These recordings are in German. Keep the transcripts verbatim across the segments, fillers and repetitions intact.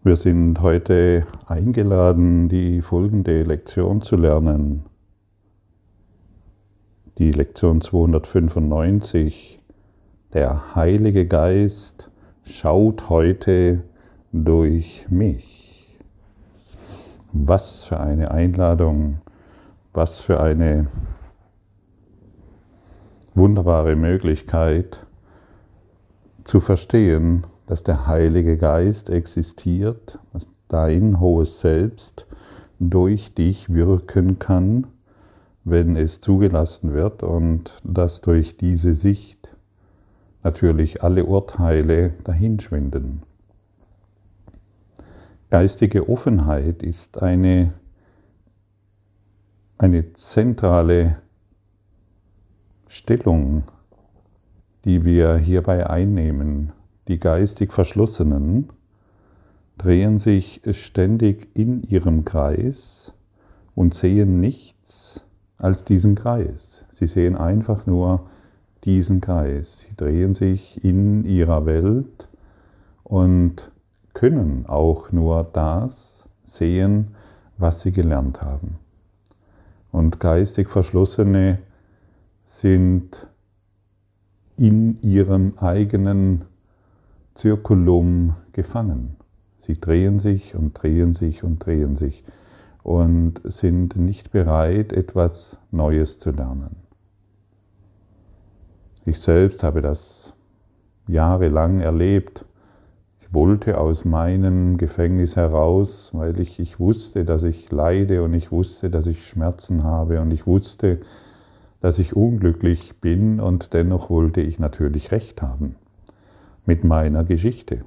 Wir sind heute eingeladen, die folgende Lektion zu lernen. Die Lektion zweihundertfünfundneunzig. Der Heilige Geist schaut heute durch mich. Was für eine Einladung, was für eine wunderbare Möglichkeit zu verstehen, dass der Heilige Geist existiert, dass dein hohes Selbst durch dich wirken kann, wenn es zugelassen wird, und dass durch diese Sicht natürlich alle Urteile dahinschwinden. Geistige Offenheit ist eine, eine zentrale Stellung, die wir hierbei einnehmen. Die geistig Verschlossenen drehen sich ständig in ihrem Kreis und sehen nichts als diesen Kreis. Sie sehen einfach nur diesen Kreis. Sie drehen sich in ihrer Welt und können auch nur das sehen, was sie gelernt haben. Und geistig Verschlossene sind in ihrem eigenen Zirkulum gefangen. Sie drehen sich und drehen sich und drehen sich und sind nicht bereit, etwas Neues zu lernen. Ich selbst habe das jahrelang erlebt. Ich wollte aus meinem Gefängnis heraus, weil ich, ich wusste, dass ich leide und ich wusste, dass ich Schmerzen habe und ich wusste, dass ich unglücklich bin, und dennoch wollte ich natürlich Recht haben mit meiner Geschichte.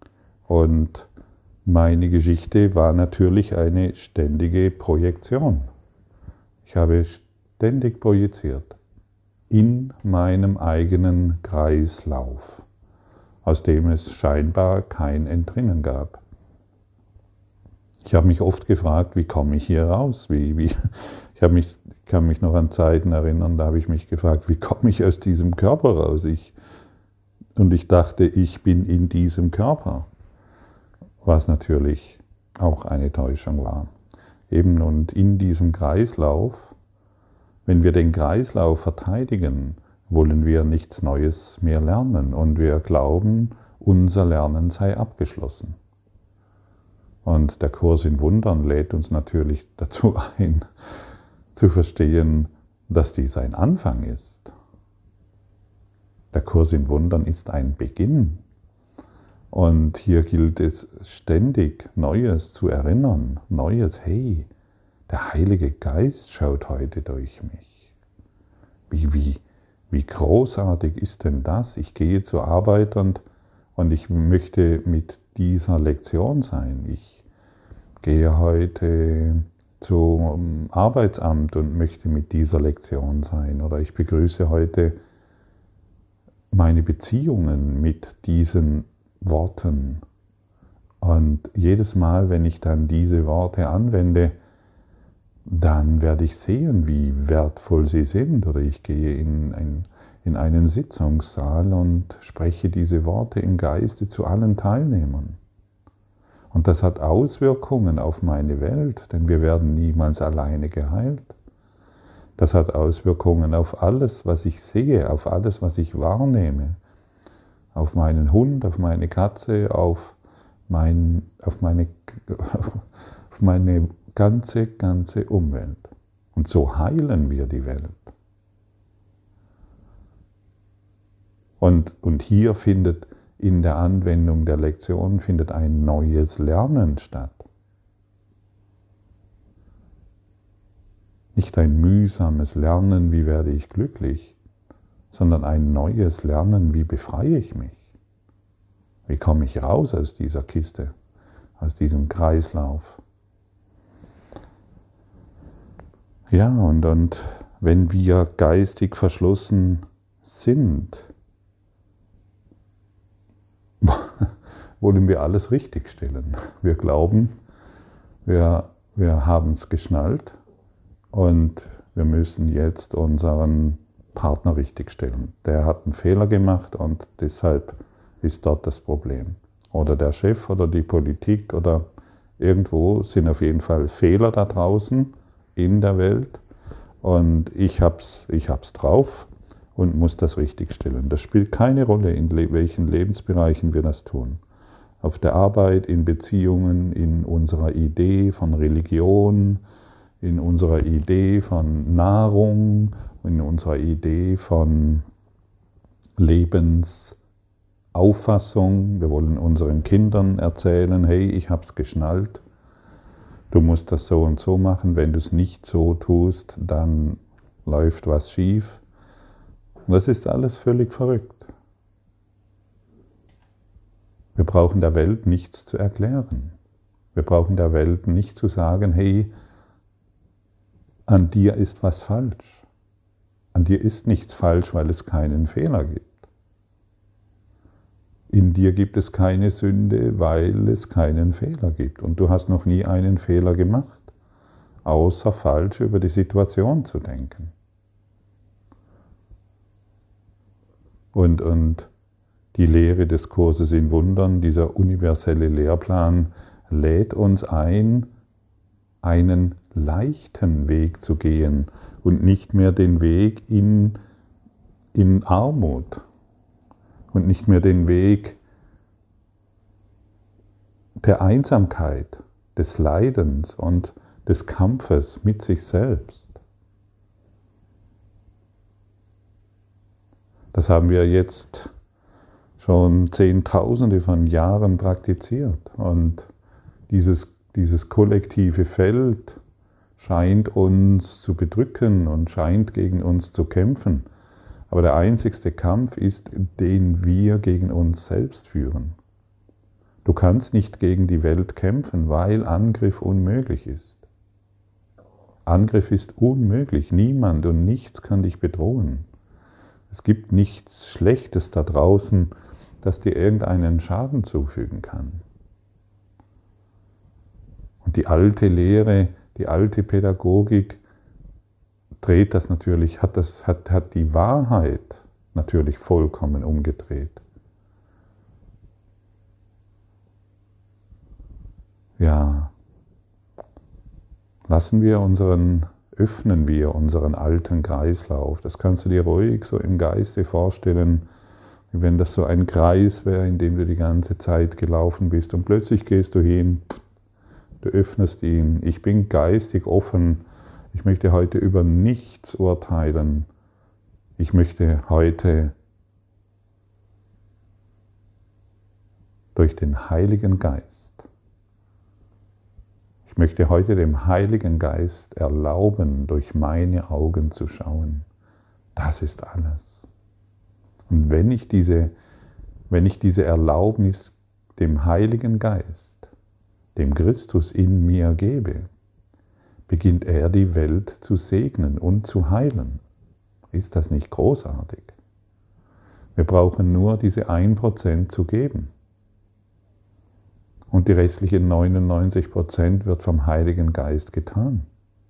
Und meine Geschichte war natürlich eine ständige Projektion. Ich habe ständig projiziert in meinem eigenen Kreislauf, aus dem es scheinbar kein Entrinnen gab. Ich habe mich oft gefragt, wie komme ich hier raus? Wie, wie, ich, habe mich, ich kann mich noch an Zeiten erinnern, da habe ich mich gefragt, wie komme ich aus diesem Körper raus? Ich, und ich dachte, ich bin in diesem Körper, was natürlich auch eine Täuschung war. Eben, und in diesem Kreislauf, wenn wir den Kreislauf verteidigen, wollen wir nichts Neues mehr lernen und wir glauben, unser Lernen sei abgeschlossen. Und der Kurs in Wundern lädt uns natürlich dazu ein, zu verstehen, dass dies ein Anfang ist. Der Kurs in Wundern ist ein Beginn. Und hier gilt es ständig, Neues zu erinnern. Neues, hey, der Heilige Geist schaut heute durch mich. Wie, wie, wie großartig ist denn das? Ich gehe zur Arbeit und, und ich möchte mit dieser Lektion sein. Ich gehe heute zum Arbeitsamt und möchte mit dieser Lektion sein. Oder ich begrüße heute meine Beziehungen mit diesen Worten. Und jedes Mal, wenn ich dann diese Worte anwende, dann werde ich sehen, wie wertvoll sie sind. Oder ich gehe in, ein, in einen Sitzungssaal und spreche diese Worte im Geiste zu allen Teilnehmern. Und das hat Auswirkungen auf meine Welt, denn wir werden niemals alleine geheilt. Das hat Auswirkungen auf alles, was ich sehe, auf alles, was ich wahrnehme. Auf meinen Hund, auf meine Katze, auf, mein, auf, meine, auf meine ganze, ganze Umwelt. Und so heilen wir die Welt. Und, und hier findet in der Anwendung der Lektion findet ein neues Lernen statt. Nicht ein mühsames Lernen, wie werde ich glücklich, sondern ein neues Lernen, wie befreie ich mich? Wie komme ich raus aus dieser Kiste, aus diesem Kreislauf? Ja, und, und wenn wir geistig verschlossen sind, wollen wir alles richtigstellen. Wir glauben, wir, wir haben es geschnallt und wir müssen jetzt unseren Partner richtigstellen. Der hat einen Fehler gemacht und deshalb ist dort das Problem. oder der Chef oder die Politik oder irgendwo sind auf jeden Fall Fehler da draußen in der Welt und ich hab's, ich hab's drauf und muss das richtigstellen. Das spielt keine Rolle, in welchen Lebensbereichen wir das tun. Auf der Arbeit, in Beziehungen, in unserer Idee von Religion, in unserer Idee von Nahrung, in unserer Idee von Lebensauffassung. Wir wollen unseren Kindern erzählen, hey, ich hab's geschnallt, du musst das so und so machen, wenn du es nicht so tust, dann läuft was schief. Und das ist alles völlig verrückt. Wir brauchen der Welt nichts zu erklären. Wir brauchen der Welt nicht zu sagen, hey, an dir ist was falsch. An dir ist nichts falsch, weil es keinen Fehler gibt. In dir gibt es keine Sünde, weil es keinen Fehler gibt. Und du hast noch nie einen Fehler gemacht, außer falsch über die Situation zu denken. Und, und die Lehre des Kurses in Wundern, dieser universelle Lehrplan, lädt uns ein, einen leichten Weg zu gehen und nicht mehr den Weg in, in Armut und nicht mehr den Weg der Einsamkeit, des Leidens und des Kampfes mit sich selbst. Das haben wir jetzt schon Zehntausende von Jahren praktiziert und dieses, dieses kollektive Feld scheint uns zu bedrücken und scheint gegen uns zu kämpfen. Aber der einzigste Kampf ist, den wir gegen uns selbst führen. Du kannst nicht gegen die Welt kämpfen, weil Angriff unmöglich ist. Angriff ist unmöglich. Niemand und nichts kann dich bedrohen. Es gibt nichts Schlechtes da draußen, das dir irgendeinen Schaden zufügen kann. Und die alte Lehre, die alte Pädagogik dreht das natürlich, hat, das, hat, hat die Wahrheit natürlich vollkommen umgedreht. Ja, lassen wir unseren, öffnen wir unseren alten Kreislauf. Das kannst du dir ruhig so im Geiste vorstellen, wie wenn das so ein Kreis wäre, in dem du die ganze Zeit gelaufen bist und plötzlich gehst du hin, du öffnest ihn. Ich bin geistig offen. Ich möchte heute über nichts urteilen. Ich möchte heute durch den Heiligen Geist, ich möchte heute dem Heiligen Geist erlauben, durch meine Augen zu schauen. Das ist alles. Und wenn ich diese, wenn ich diese Erlaubnis dem Heiligen Geist, dem Christus in mir gebe, beginnt er die Welt zu segnen und zu heilen. Ist das nicht großartig? Wir brauchen nur diese ein Prozent zu geben. Und die restlichen neunundneunzig Prozent wird vom Heiligen Geist getan.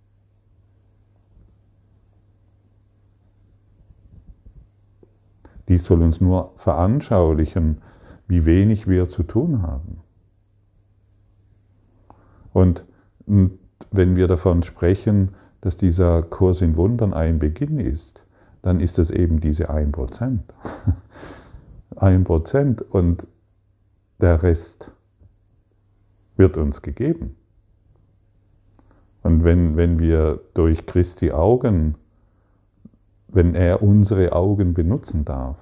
Dies soll uns nur veranschaulichen, wie wenig wir zu tun haben. Und wenn wir davon sprechen, dass dieser Kurs in Wundern ein Beginn ist, dann ist es eben diese ein Prozent. ein Prozent und der Rest wird uns gegeben. Und wenn, wenn wir durch Christi Augen, wenn er unsere Augen benutzen darf,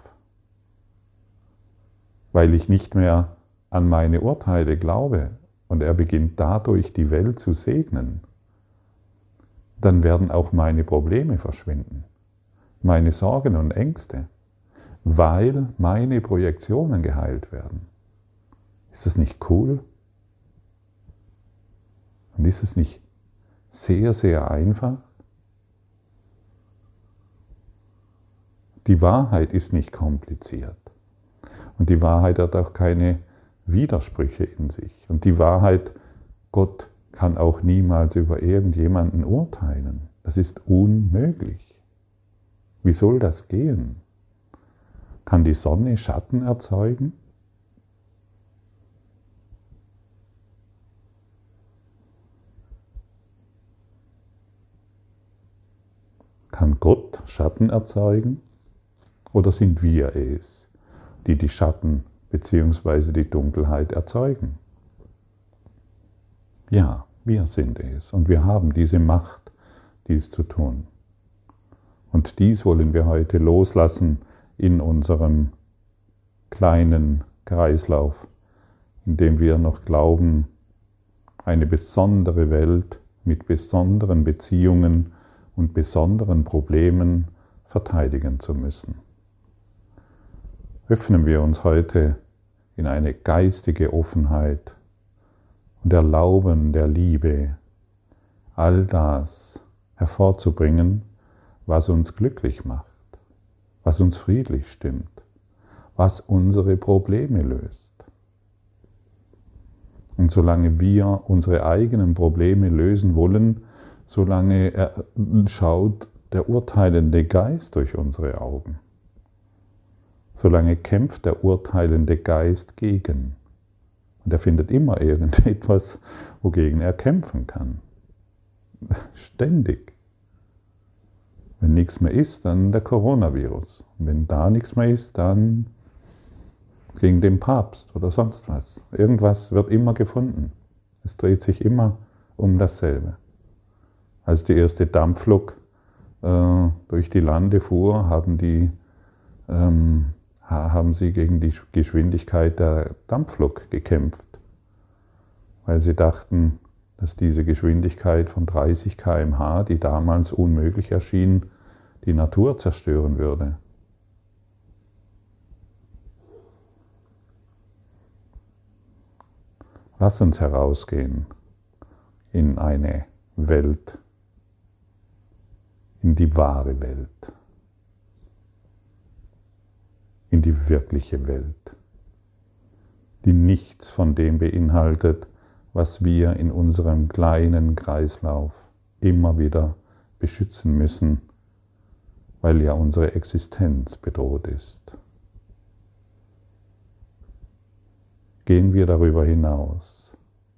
weil ich nicht mehr an meine Urteile glaube und er beginnt dadurch die Welt zu segnen, dann werden auch meine Probleme verschwinden, meine Sorgen und Ängste, weil meine Projektionen geheilt werden. Ist das nicht cool? Und ist es nicht sehr, sehr einfach? Die Wahrheit ist nicht kompliziert. Und die Wahrheit hat auch keine Widersprüche in sich. Und die Wahrheit, Gott kann auch niemals über irgendjemanden urteilen. Das ist unmöglich. Wie soll das gehen? Kann die Sonne Schatten erzeugen? Kann Gott Schatten erzeugen oder sind wir es, die die Schatten bzw. die Dunkelheit erzeugen? Ja, wir sind es und wir haben diese Macht, dies zu tun. Und dies wollen wir heute loslassen in unserem kleinen Kreislauf, in dem wir noch glauben, eine besondere Welt mit besonderen Beziehungen und besonderen Problemen verteidigen zu müssen. Öffnen wir uns heute in eine geistige Offenheit und erlauben der Liebe, all das hervorzubringen, was uns glücklich macht, was uns friedlich stimmt, was unsere Probleme löst. Und solange wir unsere eigenen Probleme lösen wollen, solange schaut der urteilende Geist durch unsere Augen. Solange kämpft der urteilende Geist gegen. Und er findet immer irgendetwas, wogegen er kämpfen kann. Ständig. Wenn nichts mehr ist, dann der Coronavirus. Und wenn da nichts mehr ist, dann gegen den Papst oder sonst was. Irgendwas wird immer gefunden. Es dreht sich immer um dasselbe. Als die erste Dampflok äh, durch die Lande fuhr, haben, die, ähm, haben sie gegen die Geschwindigkeit der Dampflok gekämpft. Weil sie dachten, dass diese Geschwindigkeit von dreißig Kilometer pro Stunde, die damals unmöglich erschien, die Natur zerstören würde. Lass uns herausgehen in eine Welt, in die wahre Welt, in die wirkliche Welt, die nichts von dem beinhaltet, was wir in unserem kleinen Kreislauf immer wieder beschützen müssen, weil ja unsere Existenz bedroht ist. Gehen wir darüber hinaus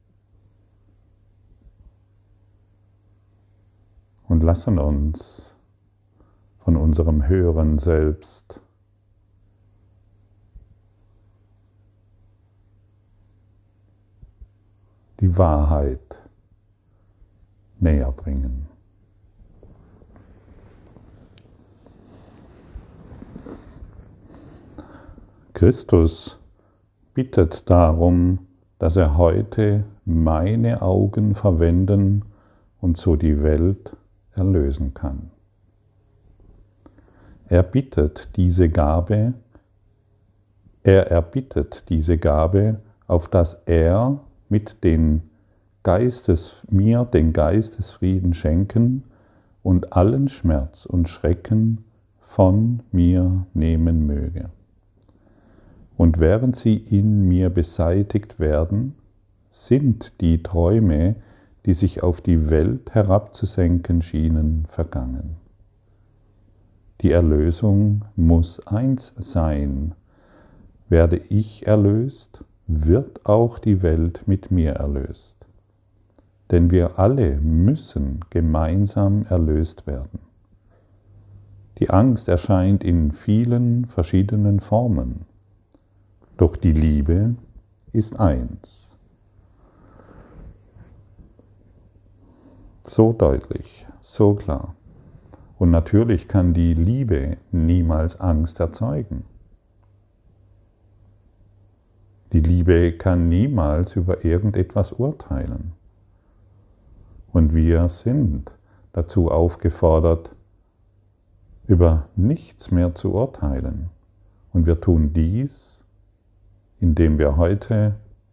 und lassen uns von unserem höheren Selbst die Wahrheit näher bringen. Christus bittet darum, dass er heute meine Augen verwenden und so die Welt erlösen kann. Er bittet diese Gabe, er erbittet diese Gabe, auf dass er mit den Geistes, mir den Geistesfrieden schenken und allen Schmerz und Schrecken von mir nehmen möge. Und während sie in mir beseitigt werden, sind die Träume, die sich auf die Welt herabzusenken schienen, vergangen. Die Erlösung muss eins sein. Werde ich erlöst, wird auch die Welt mit mir erlöst. Denn wir alle müssen gemeinsam erlöst werden. Die Angst erscheint in vielen verschiedenen Formen. Doch die Liebe ist eins. So deutlich, so klar. Und natürlich kann die Liebe niemals Angst erzeugen. Die Liebe kann niemals über irgendetwas urteilen. Und wir sind dazu aufgefordert, über nichts mehr zu urteilen. Und wir tun dies, indem wir heute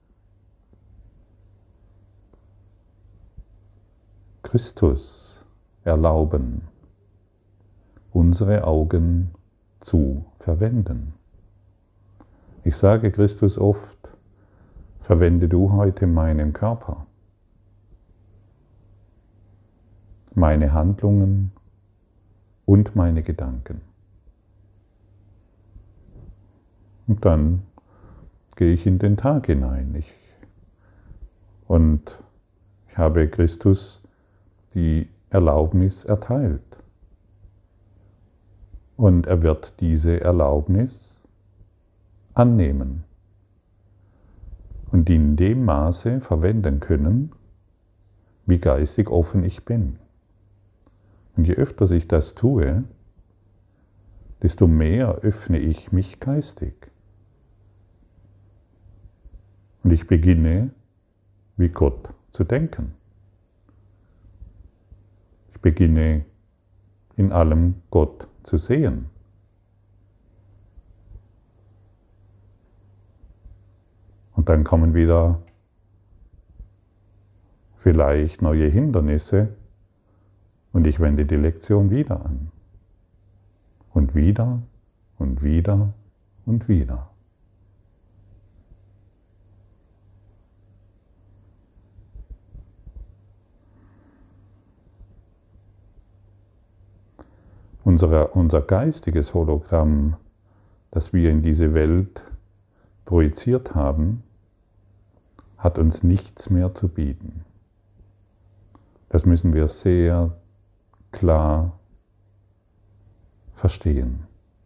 Christus erlauben, unsere Augen zu verwenden. Ich sage Christus oft, verwende du heute meinen Körper, meine Handlungen und meine Gedanken. Und dann gehe ich in den Tag hinein. Ich, und ich habe Christus die Erlaubnis erteilt. Und er wird diese Erlaubnis annehmen und in dem Maße verwenden können, wie geistig offen ich bin. Und je öfter ich das tue, desto mehr öffne ich mich geistig. Und ich beginne, wie Gott zu denken. Ich beginne, in allem Gott zu sehen. Und dann kommen wieder vielleicht neue Hindernisse und ich wende die Lektion wieder an. Und wieder und wieder und wieder. Unsere, unser geistiges Hologramm, das wir in diese Welt projiziert haben, hat uns nichts mehr zu bieten. Das müssen wir sehr klar verstehen.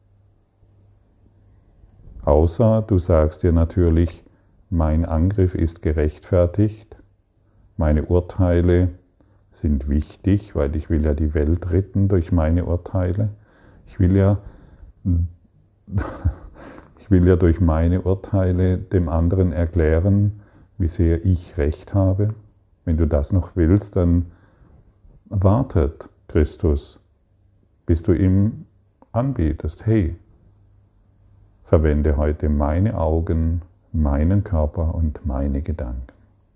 Außer du sagst dir natürlich, mein Angriff ist gerechtfertigt, meine Urteile sind wichtig, weil ich will ja die Welt retten durch meine Urteile. Ich will ja, ich will ja durch meine Urteile dem anderen erklären, wie sehr ich Recht habe. Wenn du das noch willst, dann wartet Christus, bis du ihm anbietest. Hey, verwende heute meine Augen, meinen Körper und meine Gedanken.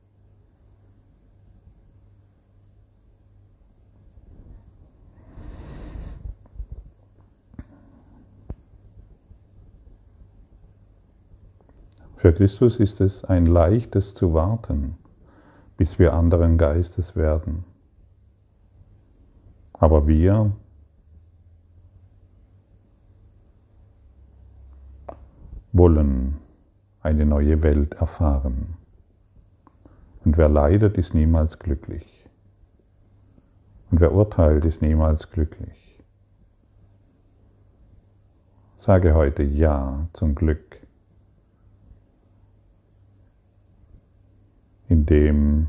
Für Christus ist es ein leichtes zu warten, bis wir anderen Geistes werden. Aber wir wollen eine neue Welt erfahren. Und wer leidet, ist niemals glücklich. Und wer urteilt, ist niemals glücklich. Sage heute Ja zum Glück, indem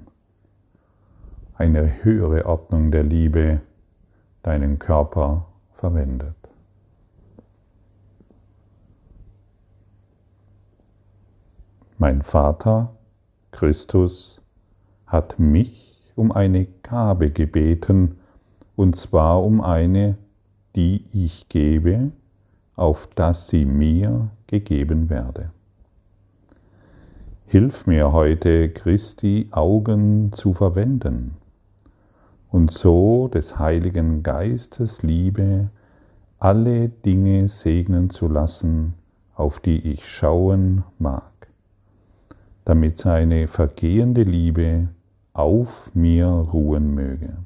eine höhere Ordnung der Liebe deinen Körper verwendet. Mein Vater, Christus, hat mich um eine Gabe gebeten, und zwar um eine, die ich gebe, auf dass sie mir gegeben werde. Hilf mir heute, Christi Augen zu verwenden und so des Heiligen Geistes Liebe alle Dinge segnen zu lassen, auf die ich schauen mag, damit seine vergehende Liebe auf mir ruhen möge.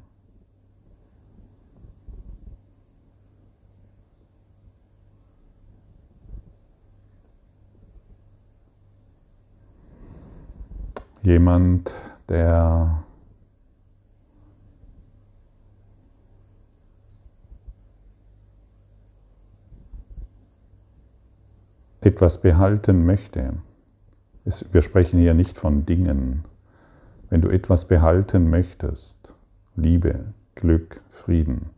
Jemand, der etwas behalten möchte. Es, wir sprechen hier nicht von Dingen. Wenn du etwas behalten möchtest, Liebe, Glück, Frieden,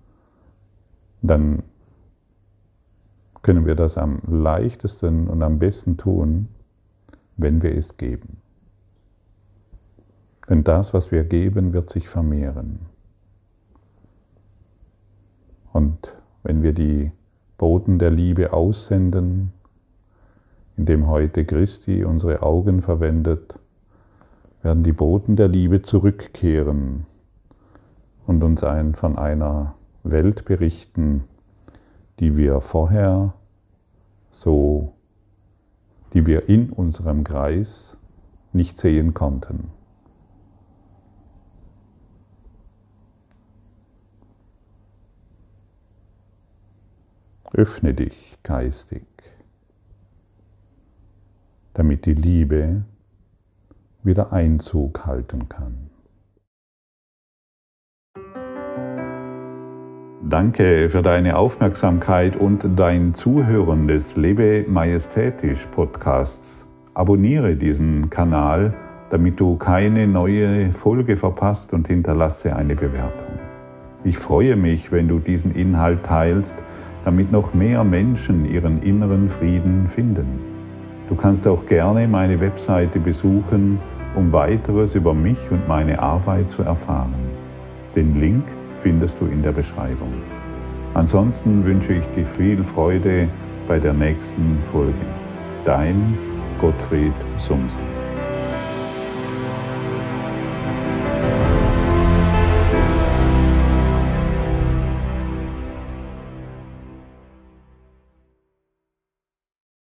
dann können wir das am leichtesten und am besten tun, wenn wir es geben. Denn das, was wir geben, wird sich vermehren. Und wenn wir die Boten der Liebe aussenden, indem heute Christi unsere Augen verwendet, werden die Boten der Liebe zurückkehren und uns ein, von einer Welt berichten, die wir vorher so, die wir in unserem Kreis nicht sehen konnten. Öffne dich geistig, damit die Liebe wieder Einzug halten kann. Danke für deine Aufmerksamkeit und dein Zuhören des Lebe Majestätisch Podcasts. Abonniere diesen Kanal, damit du keine neue Folge verpasst, und hinterlasse eine Bewertung. Ich freue mich, wenn du diesen Inhalt teilst, damit noch mehr Menschen ihren inneren Frieden finden. Du kannst auch gerne meine Webseite besuchen, um weiteres über mich und meine Arbeit zu erfahren. Den Link findest du in der Beschreibung. Ansonsten wünsche ich dir viel Freude bei der nächsten Folge. Dein Gottfried Sumsen.